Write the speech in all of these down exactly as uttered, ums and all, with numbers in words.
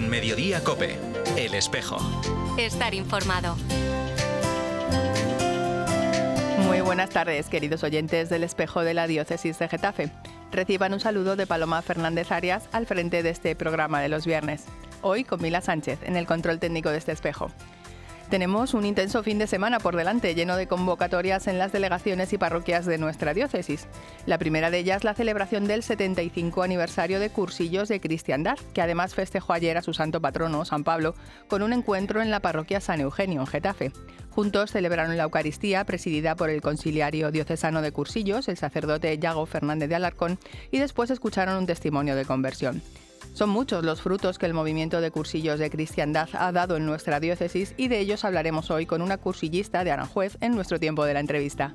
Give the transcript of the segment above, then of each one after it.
Mediodía COPE. El Espejo. Estar informado. Muy buenas tardes, queridos oyentes del Espejo de la Diócesis de Getafe. Reciban un saludo de Paloma Fernández Arias al frente de este programa de los viernes. Hoy con Mila Sánchez en el control técnico de este espejo. Tenemos un intenso fin de semana por delante, lleno de convocatorias en las delegaciones y parroquias de nuestra diócesis. La primera de ellas, la celebración del setenta y cinco aniversario de Cursillos de Cristiandad, que además festejó ayer a su santo patrono, San Pablo, con un encuentro en la parroquia San Eugenio, en Getafe. Juntos celebraron la Eucaristía, presidida por el conciliario diocesano de Cursillos, el sacerdote Yago Fernández de Alarcón, y después escucharon un testimonio de conversión. Son muchos los frutos que el movimiento de Cursillos de Cristiandad ha dado en nuestra diócesis y de ellos hablaremos hoy con una cursillista de Aranjuez en nuestro tiempo de la entrevista.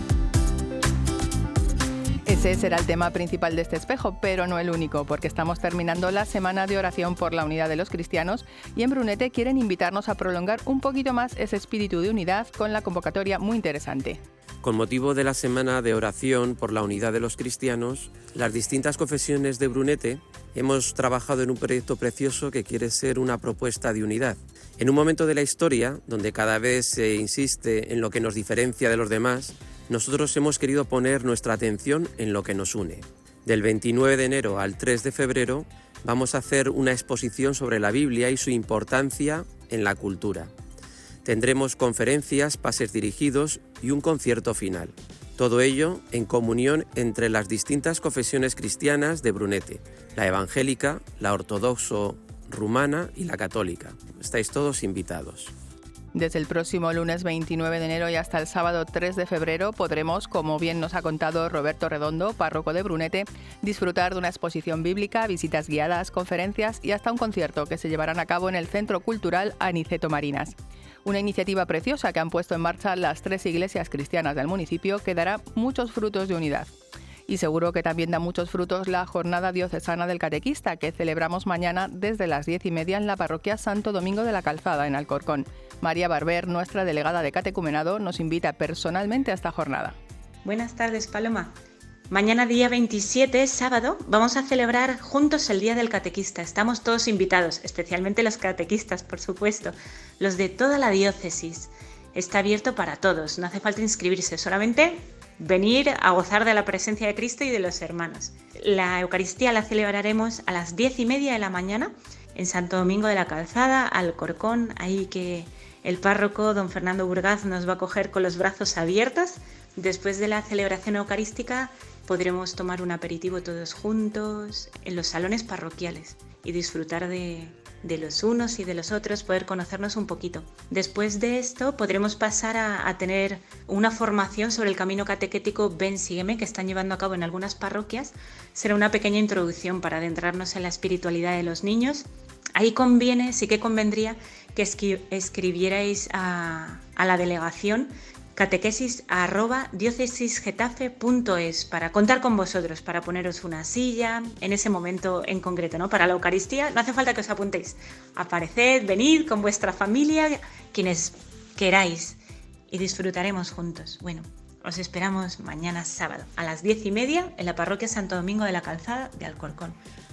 Ese será el tema principal de este espejo, pero no el único, porque estamos terminando la semana de oración por la unidad de los cristianos y en Brunete quieren invitarnos a prolongar un poquito más ese espíritu de unidad con la convocatoria muy interesante. Con motivo de la Semana de Oración por la Unidad de los Cristianos, las distintas confesiones de Brunete hemos trabajado en un proyecto precioso que quiere ser una propuesta de unidad. En un momento de la historia, donde cada vez se insiste en lo que nos diferencia de los demás, nosotros hemos querido poner nuestra atención en lo que nos une. Del veintinueve de enero al tres de febrero vamos a hacer una exposición sobre la Biblia y su importancia en la cultura. Tendremos conferencias, pases dirigidos y un concierto final. Todo ello en comunión entre las distintas confesiones cristianas de Brunete, la evangélica, la ortodoxo rumana y la católica. Estáis todos invitados. Desde el próximo lunes veintinueve de enero y hasta el sábado tres de febrero podremos, como bien nos ha contado Roberto Redondo, párroco de Brunete, disfrutar de una exposición bíblica, visitas guiadas, conferencias y hasta un concierto que se llevarán a cabo en el Centro Cultural Aniceto Marinas. Una iniciativa preciosa que han puesto en marcha las tres iglesias cristianas del municipio que dará muchos frutos de unidad. Y seguro que también da muchos frutos la Jornada Diocesana del Catequista, que celebramos mañana desde las diez y media en la parroquia Santo Domingo de la Calzada, en Alcorcón. María Barber, nuestra delegada de catecumenado, nos invita personalmente a esta jornada. Buenas tardes, Paloma. Mañana día veintisiete, sábado, vamos a celebrar juntos el Día del Catequista. Estamos todos invitados, especialmente los catequistas, por supuesto, los de toda la diócesis. Está abierto para todos, no hace falta inscribirse, solamente venir a gozar de la presencia de Cristo y de los hermanos. La Eucaristía la celebraremos a las diez y media de la mañana en Santo Domingo de la Calzada, Alcorcón, ahí que el párroco don Fernando Burgaz nos va a acoger con los brazos abiertos. Después de la celebración eucarística podremos tomar un aperitivo todos juntos en los salones parroquiales y disfrutar de, de los unos y de los otros, poder conocernos un poquito. Después de esto podremos pasar a, a tener una formación sobre el camino catequético Ven, sígueme, que están llevando a cabo en algunas parroquias. Será una pequeña introducción para adentrarnos en la espiritualidad de los niños. Ahí conviene, sí que convendría que escri- escribierais a, a la delegación catequesis arroba diocesisgetafe punto es para contar con vosotros, para poneros una silla en ese momento en concreto, ¿no? Para la Eucaristía no hace falta que os apuntéis. Apareced, venid con vuestra familia, quienes queráis, y disfrutaremos juntos. Bueno, os esperamos mañana sábado a las diez y media en la parroquia Santo Domingo de la Calzada de Alcorcón.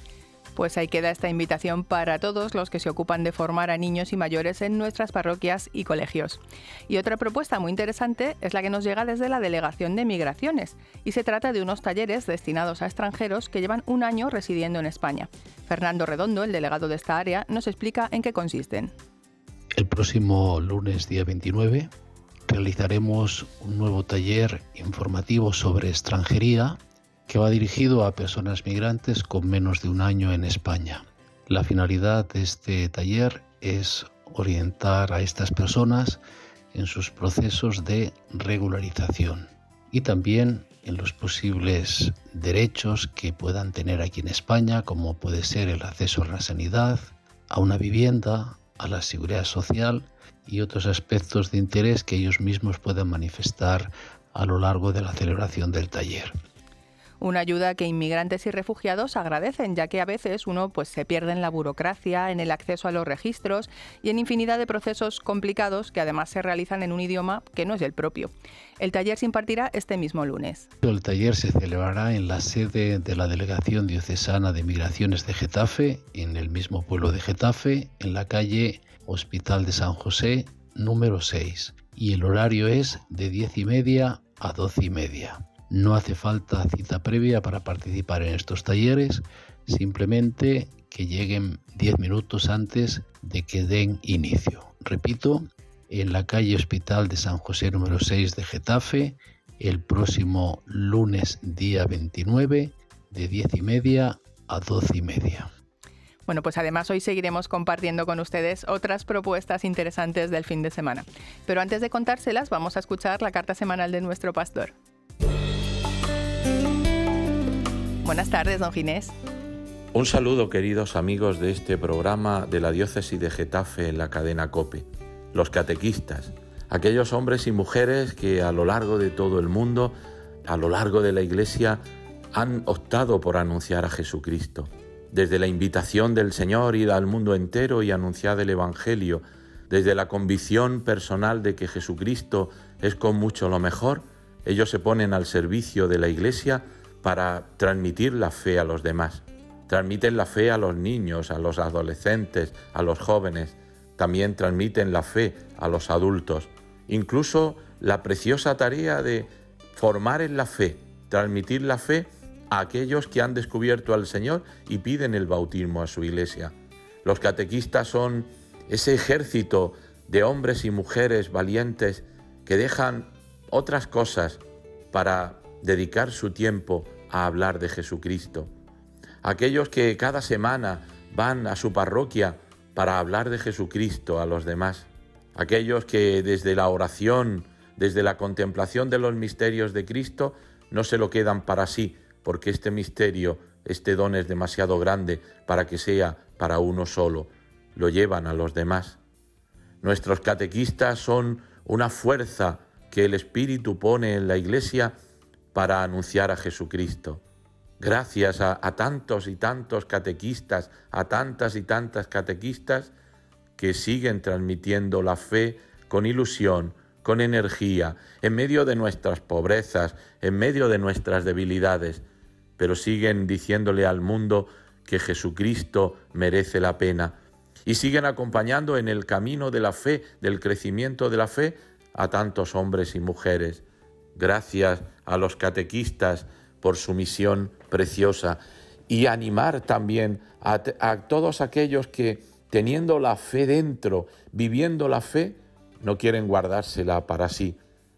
Pues ahí queda esta invitación para todos los que se ocupan de formar a niños y mayores en nuestras parroquias y colegios. Y otra propuesta muy interesante es la que nos llega desde la Delegación de Migraciones y se trata de unos talleres destinados a extranjeros que llevan un año residiendo en España. Fernando Redondo, el delegado de esta área, nos explica en qué consisten. El próximo lunes día veintinueve realizaremos un nuevo taller informativo sobre extranjería que va dirigido a personas migrantes con menos de un año en España. La finalidad de este taller es orientar a estas personas en sus procesos de regularización y también en los posibles derechos que puedan tener aquí en España, como puede ser el acceso a la sanidad, a una vivienda, a la seguridad social y otros aspectos de interés que ellos mismos puedan manifestar a lo largo de la celebración del taller. Una ayuda que inmigrantes y refugiados agradecen, ya que a veces uno pues, se pierde en la burocracia, en el acceso a los registros y en infinidad de procesos complicados que además se realizan en un idioma que no es el propio. El taller se impartirá este mismo lunes. El taller se celebrará en la sede de la Delegación Diocesana de Migraciones de Getafe, en el mismo pueblo de Getafe, en la calle Hospital de San José, número seis. Y el horario es de diez y media a doce y media. No hace falta cita previa para participar en estos talleres, simplemente que lleguen diez minutos antes de que den inicio. Repito, en la calle Hospital de San José número seis de Getafe, el próximo lunes día veintinueve, de diez y media a doce y media. Bueno, pues además hoy seguiremos compartiendo con ustedes otras propuestas interesantes del fin de semana. Pero antes de contárselas, vamos a escuchar la carta semanal de nuestro pastor. Buenas tardes, don Ginés. Un saludo, queridos amigos de este programa de la Diócesis de Getafe en la cadena COPE. Los catequistas, aquellos hombres y mujeres que a lo largo de todo el mundo, a lo largo de la Iglesia, han optado por anunciar a Jesucristo. Desde la invitación del Señor, ir al mundo entero y anunciar el Evangelio, desde la convicción personal de que Jesucristo es con mucho lo mejor, ellos se ponen al servicio de la Iglesia para transmitir la fe a los demás. Transmiten la fe a los niños, a los adolescentes, a los jóvenes. También transmiten la fe a los adultos. Incluso la preciosa tarea de formar en la fe, transmitir la fe a aquellos que han descubierto al Señor y piden el bautismo a su Iglesia. Los catequistas son ese ejército de hombres y mujeres valientes que dejan otras cosas para dedicar su tiempo a hablar de Jesucristo. Aquellos que cada semana van a su parroquia para hablar de Jesucristo a los demás. Aquellos que desde la oración, desde la contemplación de los misterios de Cristo, no se lo quedan para sí, porque este misterio, este don es demasiado grande para que sea para uno solo. Lo llevan a los demás. Nuestros catequistas son una fuerza que el Espíritu pone en la Iglesia para anunciar a Jesucristo. Gracias a, a tantos y tantos catequistas, a tantas y tantas catequistas que siguen transmitiendo la fe con ilusión, con energía, en medio de nuestras pobrezas, en medio de nuestras debilidades, pero siguen diciéndole al mundo que Jesucristo merece la pena y siguen acompañando en el camino de la fe, del crecimiento de la fe, a tantos hombres y mujeres. Gracias a los catequistas por su misión preciosa y animar también a, a todos aquellos que, teniendo la fe dentro, viviendo la fe, no quieren guardársela para sí.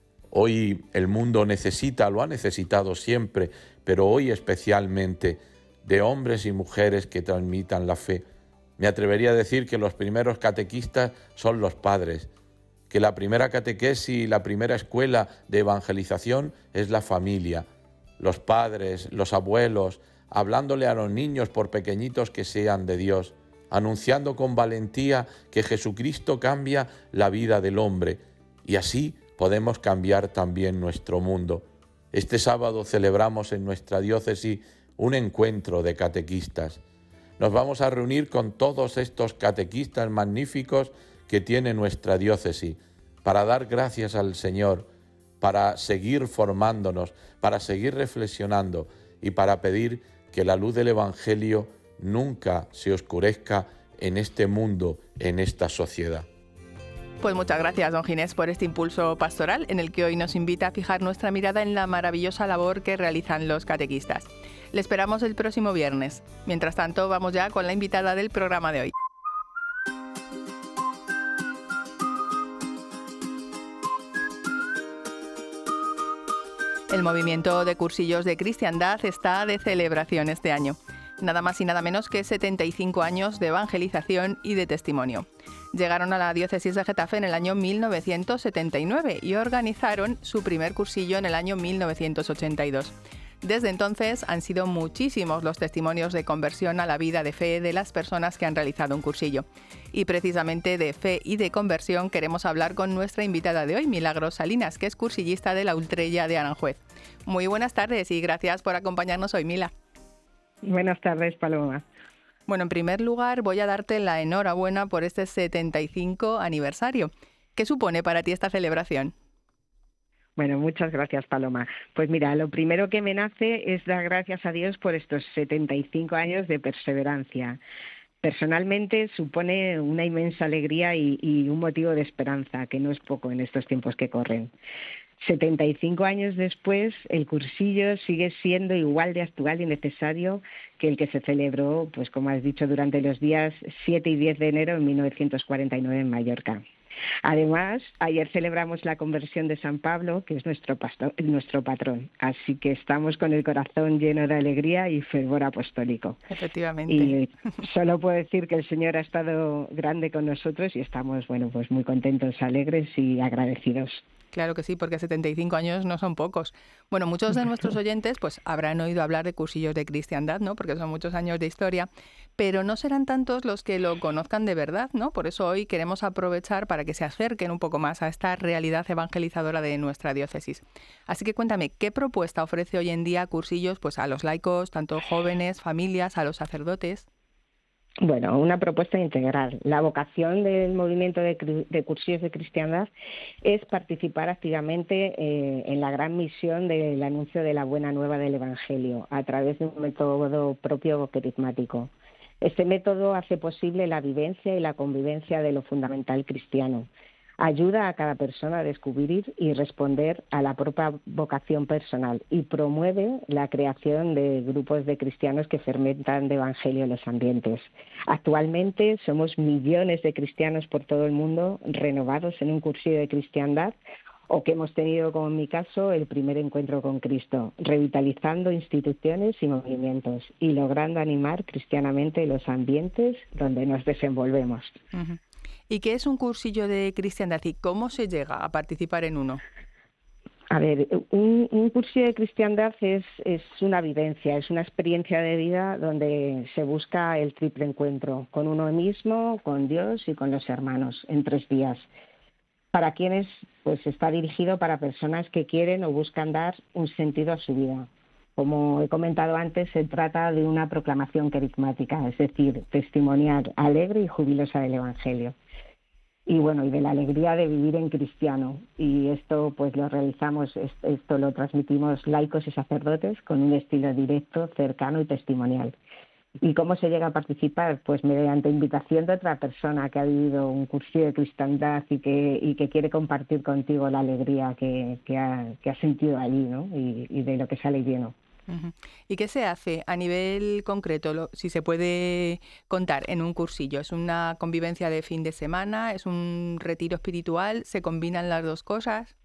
Hoy el mundo necesita, lo ha necesitado siempre, pero hoy especialmente, de hombres y mujeres que transmitan la fe. Me atrevería a decir que los primeros catequistas son los padres, que la primera catequesis, la primera escuela de evangelización es la familia. Los padres, los abuelos, hablándole a los niños por pequeñitos que sean de Dios, anunciando con valentía que Jesucristo cambia la vida del hombre y así podemos cambiar también nuestro mundo. Este sábado celebramos en nuestra diócesis un encuentro de catequistas. Nos vamos a reunir con todos estos catequistas magníficos que tiene nuestra diócesis para dar gracias al Señor, para seguir formándonos, para seguir reflexionando y para pedir que la luz del Evangelio nunca se oscurezca en este mundo, en esta sociedad. Pues muchas gracias, don Ginés, por este impulso pastoral en el que hoy nos invita a fijar nuestra mirada en la maravillosa labor que realizan los catequistas. Le esperamos el próximo viernes. Mientras tanto, vamos ya con la invitada del programa de hoy. El movimiento de cursillos de cristiandad está de celebración este año. Nada más y nada menos que setenta y cinco años de evangelización y de testimonio. Llegaron a la diócesis de Getafe en el año mil novecientos setenta y nueve y organizaron su primer cursillo en el año mil novecientos ochenta y dos. Desde entonces han sido muchísimos los testimonios de conversión a la vida de fe de las personas que han realizado un cursillo. Y precisamente de fe y de conversión queremos hablar con nuestra invitada de hoy, Milagros Salinas, que es cursillista de la Utrella de Aranjuez. Muy buenas tardes y gracias por acompañarnos hoy, Mila. Buenas tardes, Paloma. Bueno, en primer lugar voy a darte la enhorabuena por este setenta y cinco aniversario. ¿Qué supone para ti esta celebración? Bueno, muchas gracias, Paloma. Pues mira, lo primero que me nace es dar gracias a Dios por estos setenta y cinco años de perseverancia. Personalmente supone una inmensa alegría y, y un motivo de esperanza, que no es poco en estos tiempos que corren. setenta y cinco años después, el cursillo sigue siendo igual de actual y necesario que el que se celebró, pues como has dicho, durante los días siete y diez de enero de mil novecientos cuarenta y nueve en Mallorca. Además, ayer celebramos la conversión de San Pablo, que es nuestro, pastor, nuestro patrón. Así que estamos con el corazón lleno de alegría y fervor apostólico. Efectivamente. Y solo puedo decir que el Señor ha estado grande con nosotros y estamos, bueno, pues muy contentos, alegres y agradecidos. Claro que sí, porque setenta y cinco años no son pocos. Bueno, muchos de nuestros oyentes pues habrán oído hablar de cursillos de cristiandad, ¿no? Porque son muchos años de historia, pero no serán tantos los que lo conozcan de verdad, ¿no? Por eso hoy queremos aprovechar para que se acerquen un poco más a esta realidad evangelizadora de nuestra diócesis. Así que cuéntame, ¿qué propuesta ofrece hoy en día cursillos pues a los laicos, tanto jóvenes, familias, a los sacerdotes? Bueno, una propuesta integral. La vocación del movimiento de, de cursillos de cristiandad es participar activamente eh, en la gran misión del anuncio de la buena nueva del Evangelio a través de un método propio carismático. Este método hace posible la vivencia y la convivencia de lo fundamental cristiano. Ayuda a cada persona a descubrir y responder a la propia vocación personal y promueve la creación de grupos de cristianos que fermentan de evangelio en los ambientes. Actualmente somos millones de cristianos por todo el mundo renovados en un cursillo de cristiandad o que hemos tenido, como en mi caso, el primer encuentro con Cristo, revitalizando instituciones y movimientos y logrando animar cristianamente los ambientes donde nos desenvolvemos. Uh-huh. ¿Y qué es un cursillo de cristiandad y cómo se llega a participar en uno? A ver, un, un cursillo de cristiandad es, es una vivencia, es una experiencia de vida donde se busca el triple encuentro con uno mismo, con Dios y con los hermanos en tres días. Para quienes pues está dirigido para personas que quieren o buscan dar un sentido a su vida. Como he comentado antes, se trata de una proclamación carismática, es decir, testimonial, alegre y jubilosa del Evangelio. Y bueno, y de la alegría de vivir en cristiano. Y esto pues lo realizamos, esto lo transmitimos laicos y sacerdotes con un estilo directo, cercano y testimonial. ¿Y cómo se llega a participar? Pues mediante invitación de otra persona que ha vivido un cursillo de cristiandad y que, y que quiere compartir contigo la alegría que, que, ha, que ha sentido allí, ¿no? Y, y de lo que sale lleno. Uh-huh. ¿Y qué se hace a nivel concreto, lo, si se puede contar, en un cursillo? ¿Es una convivencia de fin de semana? ¿Es un retiro espiritual? ¿Se combinan las dos cosas?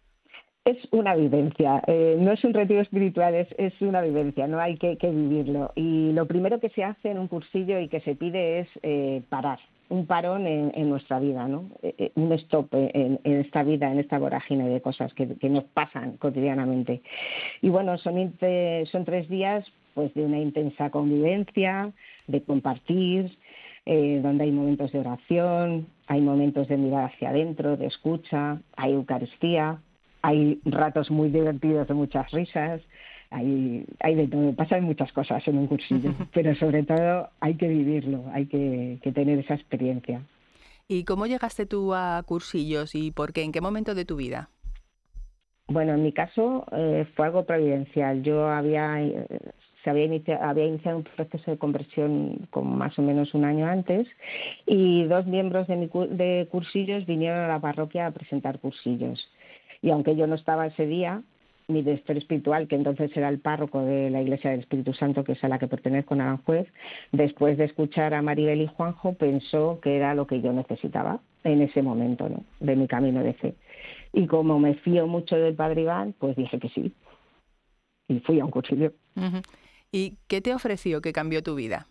Es una vivencia, eh, no es un retiro espiritual, es, es una vivencia, no hay que, que vivirlo. Y lo primero que se hace en un cursillo y que se pide es eh, parar, un parón en, en nuestra vida, ¿no? Eh, un stop en, en esta vida, en esta vorágine de cosas que, que nos pasan cotidianamente. Y bueno, son, son tres días pues de una intensa convivencia, de compartir, eh, donde hay momentos de oración, hay momentos de mirar hacia adentro, de escucha, hay Eucaristía. Hay ratos muy divertidos de muchas risas, hay, hay de todo, pasan muchas cosas en un cursillo, pero sobre todo hay que vivirlo, hay que, que tener esa experiencia. ¿Y cómo llegaste tú a cursillos y por qué? ¿En qué momento de tu vida? Bueno, en mi caso eh, fue algo providencial. Yo había, eh, se había, inicia, había iniciado un proceso de conversión como más o menos un año antes y dos miembros de, mi, de cursillos vinieron a la parroquia a presentar cursillos. Y aunque yo no estaba ese día, mi director espiritual, que entonces era el párroco de la Iglesia del Espíritu Santo, que es a la que pertenezco en Aranjuez, después de escuchar a Maribel y Juanjo, pensó que era lo que yo necesitaba en ese momento, ¿no?, de mi camino de fe. Y como me fío mucho del Padre Iván, pues dije que sí. Y fui a un cursillo. Uh-huh. ¿Y qué te ofreció que cambió tu vida?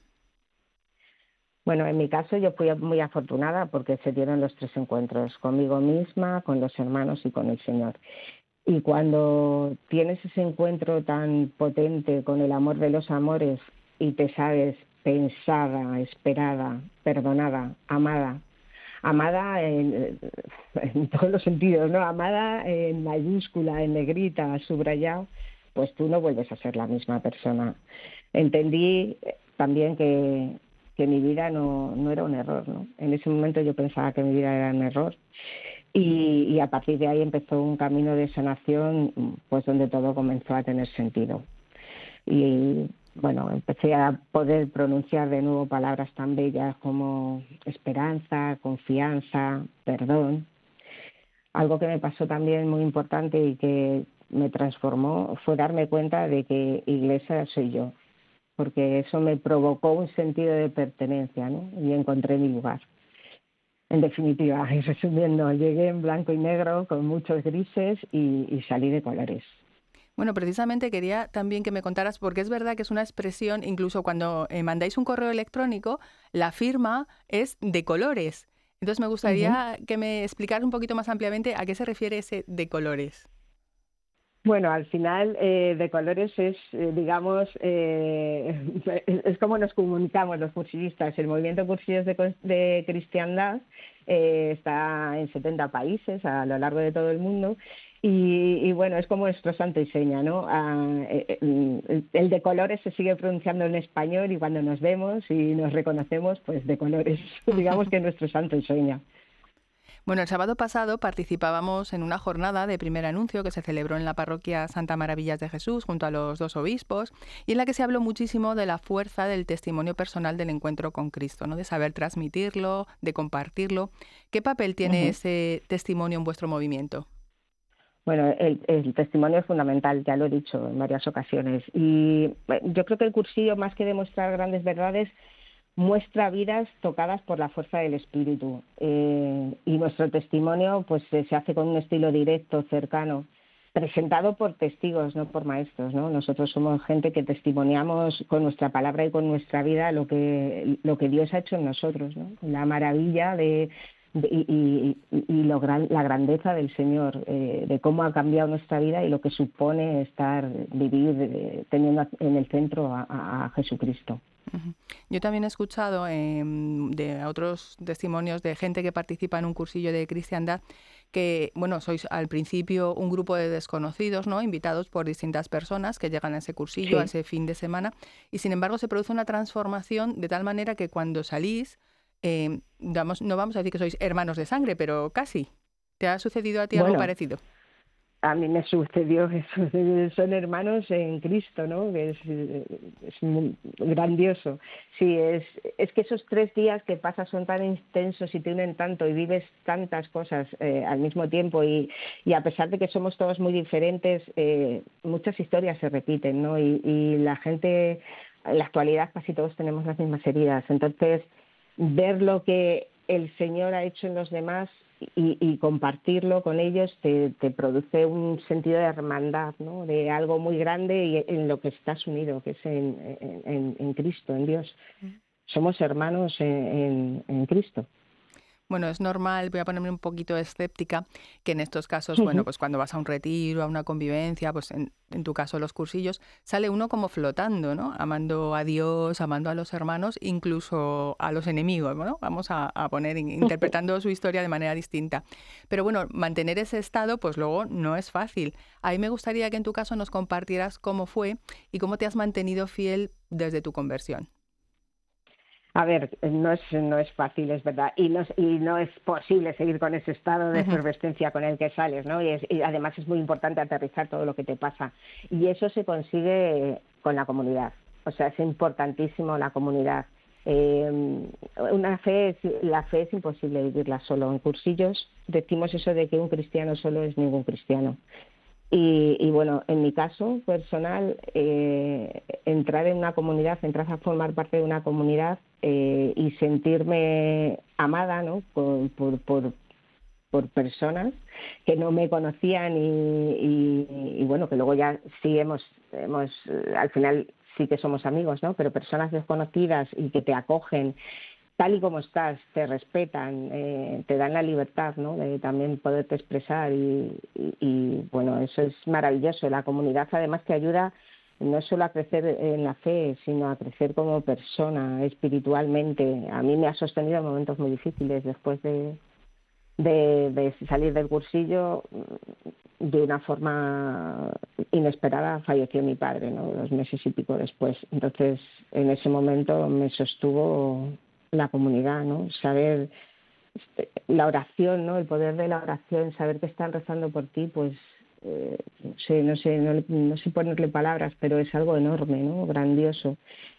Bueno, en mi caso yo fui muy afortunada porque se dieron los tres encuentros, conmigo misma, con los hermanos y con el Señor. Y cuando tienes ese encuentro tan potente con el amor de los amores y te sabes pensada, esperada, perdonada, amada, amada en, en todos los sentidos, ¿no? Amada en mayúscula, en negrita, subrayado, pues tú no vuelves a ser la misma persona. Entendí también que, que mi vida no, no era un error, ¿no? En ese momento yo pensaba que mi vida era un error. Y, y a partir de ahí empezó un camino de sanación, pues donde todo comenzó a tener sentido. Y bueno, empecé a poder pronunciar de nuevo palabras tan bellas como esperanza, confianza, perdón. Algo que me pasó también muy importante y que me transformó fue darme cuenta de que iglesia soy yo, porque eso me provocó un sentido de pertenencia, ¿no? Y encontré mi lugar. En definitiva, y resumiendo, llegué en blanco y negro con muchos grises y, y salí de colores. Bueno, precisamente quería también que me contaras, porque es verdad que es una expresión, incluso cuando eh, mandáis un correo electrónico, la firma es de colores. Entonces me gustaría uh-huh. que me explicaras un poquito más ampliamente a qué se refiere ese de colores. Bueno, al final eh, de colores es, eh, digamos, eh, es, es como nos comunicamos los cursillistas. El movimiento Cursillos de, de Cristiandad eh, está en setenta países a lo largo de todo el mundo y, y bueno, es como nuestro santo y seña, ¿no? Ah, eh, el, el de colores se sigue pronunciando en español y cuando nos vemos y nos reconocemos, pues de colores, digamos que es nuestro santo y seña. Bueno, el sábado pasado participábamos en una jornada de primer anuncio que se celebró en la parroquia Santa Maravillas de Jesús junto a los dos obispos y en la que se habló muchísimo de la fuerza del testimonio personal del encuentro con Cristo, ¿no? De saber transmitirlo, de compartirlo. ¿Qué papel tiene uh-huh. ese testimonio en vuestro movimiento? Bueno, el, el testimonio es fundamental, ya lo he dicho en varias ocasiones. Y yo creo que el cursillo, más que demostrar grandes verdades, muestra vidas tocadas por la fuerza del Espíritu. Eh, y nuestro testimonio pues se hace con un estilo directo, cercano, presentado por testigos, no por maestros, ¿no? Nosotros somos gente que testimoniamos con nuestra palabra y con nuestra vida lo que, lo que Dios ha hecho en nosotros, ¿no? La maravilla de... De, y y, y lo gran, la grandeza del Señor, eh, de cómo ha cambiado nuestra vida y lo que supone estar, vivir eh, teniendo en el centro a, a, a Jesucristo. Uh-huh. Yo también he escuchado eh, de otros testimonios de gente que participa en un cursillo de cristiandad que, bueno, sois al principio un grupo de desconocidos, ¿no? Invitados por distintas personas que llegan a ese cursillo, sí. a ese fin de semana, y sin embargo se produce una transformación de tal manera que cuando salís, Eh, vamos, no vamos a decir que sois hermanos de sangre, pero casi. ¿Te ha sucedido a ti bueno, algo parecido? A mí me sucedió eso, son hermanos en Cristo, ¿no? Es, es muy grandioso. Sí, es, es que esos tres días que pasas son tan intensos y te unen tanto y vives tantas cosas eh, al mismo tiempo y, y a pesar de que somos todos muy diferentes, eh, muchas historias se repiten, ¿no? Y, y la gente, en la actualidad casi todos tenemos las mismas heridas, entonces ver lo que el Señor ha hecho en los demás y, y compartirlo con ellos te, te produce un sentido de hermandad, ¿no? De algo muy grande y en lo que estás unido, que es en, en, en Cristo, en Dios. Somos hermanos en, en, en Cristo. Bueno, es normal, voy a ponerme un poquito escéptica, que en estos casos, uh-huh. bueno, pues cuando vas a un retiro, a una convivencia, pues en, en tu caso los cursillos, sale uno como flotando, ¿no? Amando a Dios, amando a los hermanos, incluso a los enemigos, ¿no? Vamos a, a poner, interpretando su historia de manera distinta. Pero bueno, mantener ese estado, pues luego no es fácil. A mí me gustaría que en tu caso nos compartieras cómo fue y cómo te has mantenido fiel desde tu conversión. A ver, no es no es fácil, es verdad, y no, y no es posible seguir con ese estado de efervescencia con el que sales, ¿no? Y, es, y además es muy importante aterrizar todo lo que te pasa. Y eso se consigue con la comunidad. O sea, es importantísimo la comunidad. Eh, una fe, la fe es imposible vivirla solo. En cursillos decimos eso de que un cristiano solo es ningún cristiano. Y, y bueno, en mi caso personal, eh, entrar en una comunidad, entrar a formar parte de una comunidad eh, y sentirme amada, ¿no? por, por, por, por personas que no me conocían y, y, y bueno, que luego ya sí hemos, hemos, al final sí que somos amigos, ¿no? Pero personas desconocidas y que te acogen tal y como estás, te respetan, eh, te dan la libertad, ¿no?, de también poderte expresar y, y, y, bueno, eso es maravilloso. La comunidad además te ayuda no solo a crecer en la fe, sino a crecer como persona, espiritualmente. A mí me ha sostenido en momentos muy difíciles después de, de, de salir del cursillo. De una forma inesperada falleció mi padre, ¿no?, dos meses y pico después. Entonces, en ese momento me sostuvo la comunidad, ¿no? Saber la oración, ¿no?, el poder de la oración, saber que están rezando por ti, pues eh, no sé, no sé, no, no sé ponerle palabras, pero es algo enorme, ¿no?, grandioso.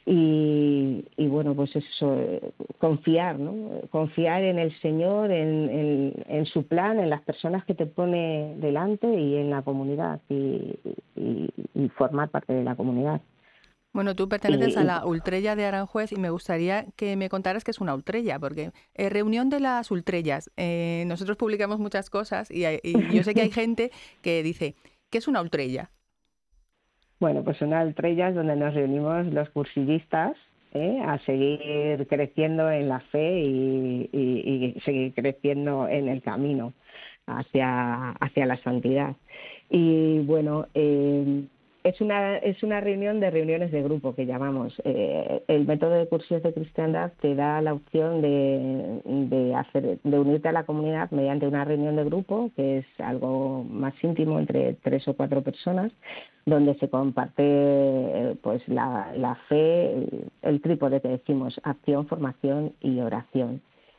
Y, y bueno, pues eso, confiar, ¿no?, confiar en el Señor, en, en, en su plan, en las personas que te pone delante y en la comunidad y, y, y formar parte de la comunidad. Bueno, tú perteneces a la Ultrella de Aranjuez y me gustaría que me contaras qué es una Ultrella, porque eh, reunión de las Ultrellas, eh, nosotros publicamos muchas cosas y, y yo sé que hay gente que dice, ¿qué es una Ultrella? Bueno, pues una Ultrella es donde nos reunimos los cursillistas ¿eh? a seguir creciendo en la fe y, y, y seguir creciendo en el camino hacia, hacia la santidad. Y bueno, eh, Es una, es una reunión de reuniones de grupo que llamamos. Eh, el método de cursillos de cristiandad te da la opción de, de, hacer, de unirte a la comunidad mediante una reunión de grupo, que es algo más íntimo entre tres o cuatro personas, donde se comparte pues la, la fe, el, el trípode que decimos, acción, formación y oración.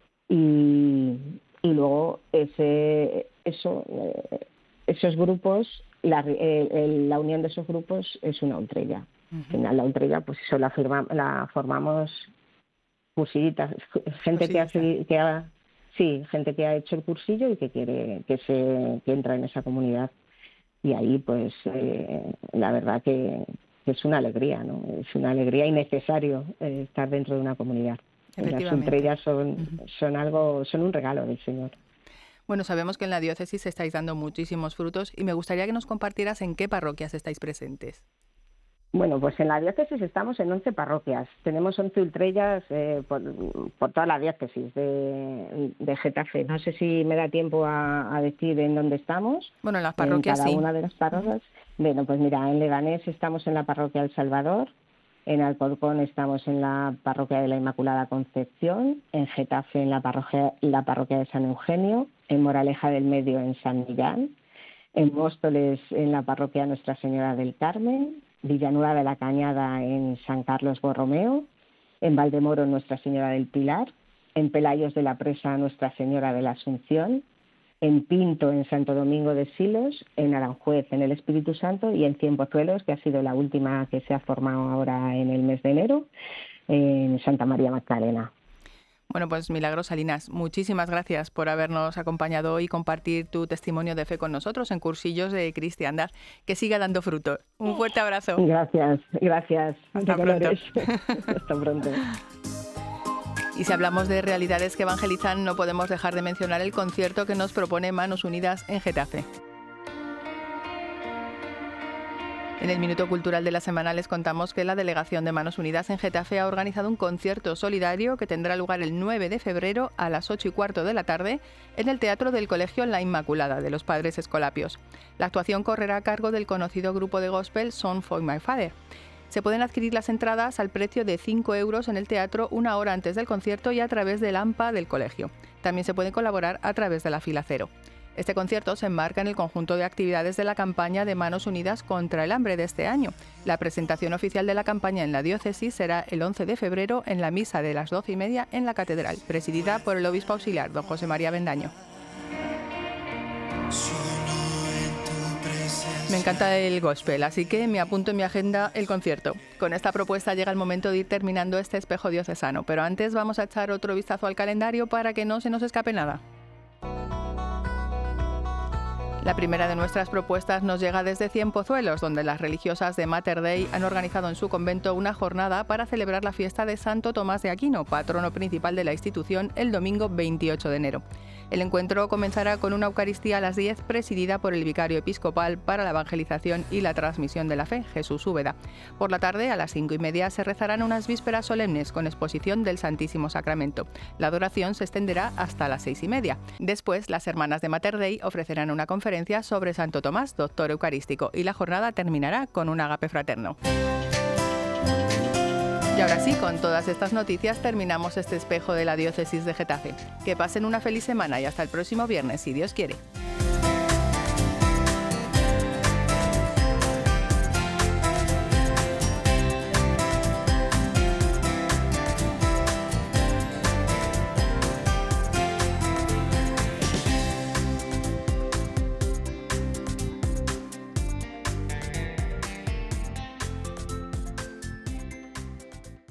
Y, y luego ese, eso, eh, esos grupos... La, eh, la unión de esos grupos es una ultrella. Uh-huh. Al final la ultrella, pues eso la, firma, la formamos cursillitas, gente que ha, que ha, sí, gente que ha hecho el cursillo y que quiere que se que entra en esa comunidad. Y ahí, pues, eh, la verdad que, que es una alegría, ¿no? Es una alegría y necesario eh, estar dentro de una comunidad. Las ultrellas son, uh-huh. son algo, son un regalo del Señor. Bueno, sabemos que en la diócesis estáis dando muchísimos frutos y me gustaría que nos compartieras en qué parroquias estáis presentes. Bueno, pues en la diócesis estamos en once parroquias. Tenemos once ultrellas eh, por, por toda la diócesis de, de Getafe. No sé si me da tiempo a, a decir en dónde estamos. Bueno, en las parroquias en cada sí. una de las parroquias. Bueno, pues mira, en Leganés estamos en la parroquia El Salvador. En Alcorcón estamos en la parroquia de la Inmaculada Concepción, en Getafe en la parroquia, la parroquia de San Eugenio, en Moraleja del Medio en San Millán, en Móstoles en la parroquia Nuestra Señora del Carmen, Villanueva de la Cañada en San Carlos Borromeo, en Valdemoro Nuestra Señora del Pilar, en Pelayos de la Presa Nuestra Señora de la Asunción, en Pinto en Santo Domingo de Silos, en Aranjuez en el Espíritu Santo y en Cienpozuelos, que ha sido la última que se ha formado ahora en el mes de enero, en Santa María Magdalena. Bueno, pues Milagros Salinas, muchísimas gracias por habernos acompañado hoy y compartir tu testimonio de fe con nosotros en Cursillos de Cristiandad. Que siga dando fruto. Un fuerte abrazo. Gracias, gracias. Hasta pronto. Hasta pronto. Y si hablamos de realidades que evangelizan, no podemos dejar de mencionar el concierto que nos propone Manos Unidas en Getafe. En el Minuto Cultural de la Semana les contamos que la Delegación de Manos Unidas en Getafe ha organizado un concierto solidario que tendrá lugar el nueve de febrero a las ocho y cuarto de la tarde en el Teatro del Colegio La Inmaculada de los Padres Escolapios. La actuación correrá a cargo del conocido grupo de gospel Song for My Father. Se pueden adquirir las entradas al precio de cinco euros en el teatro una hora antes del concierto y a través del A M P A del colegio. También se puede colaborar a través de la fila cero. Este concierto se enmarca en el conjunto de actividades de la campaña de Manos Unidas contra el hambre de este año. La presentación oficial de la campaña en la diócesis será el once de febrero en la misa de las doce y media en la catedral, presidida por el obispo auxiliar, don José María Bendaño. Me encanta el gospel, así que me apunto en mi agenda el concierto. Con esta propuesta llega el momento de ir terminando este espejo diocesano, pero antes vamos a echar otro vistazo al calendario para que no se nos escape nada. La primera de nuestras propuestas nos llega desde Cienpozuelos, donde las religiosas de Mater Dei han organizado en su convento una jornada para celebrar la fiesta de Santo Tomás de Aquino, patrono principal de la institución, el domingo veintiocho de enero. El encuentro comenzará con una Eucaristía a las diez, presidida por el vicario episcopal para la evangelización y la transmisión de la fe, Jesús Úbeda. Por la tarde, a las cinco y media, se rezarán unas vísperas solemnes con exposición del Santísimo Sacramento. La adoración se extenderá hasta las seis y media. Después, las hermanas de Mater Dei ofrecerán una conferencia sobre Santo Tomás, doctor eucarístico, y la jornada terminará con un agape fraterno. Y ahora sí, con todas estas noticias terminamos este espejo de la Diócesis de Getafe. Que pasen una feliz semana y hasta el próximo viernes, si Dios quiere.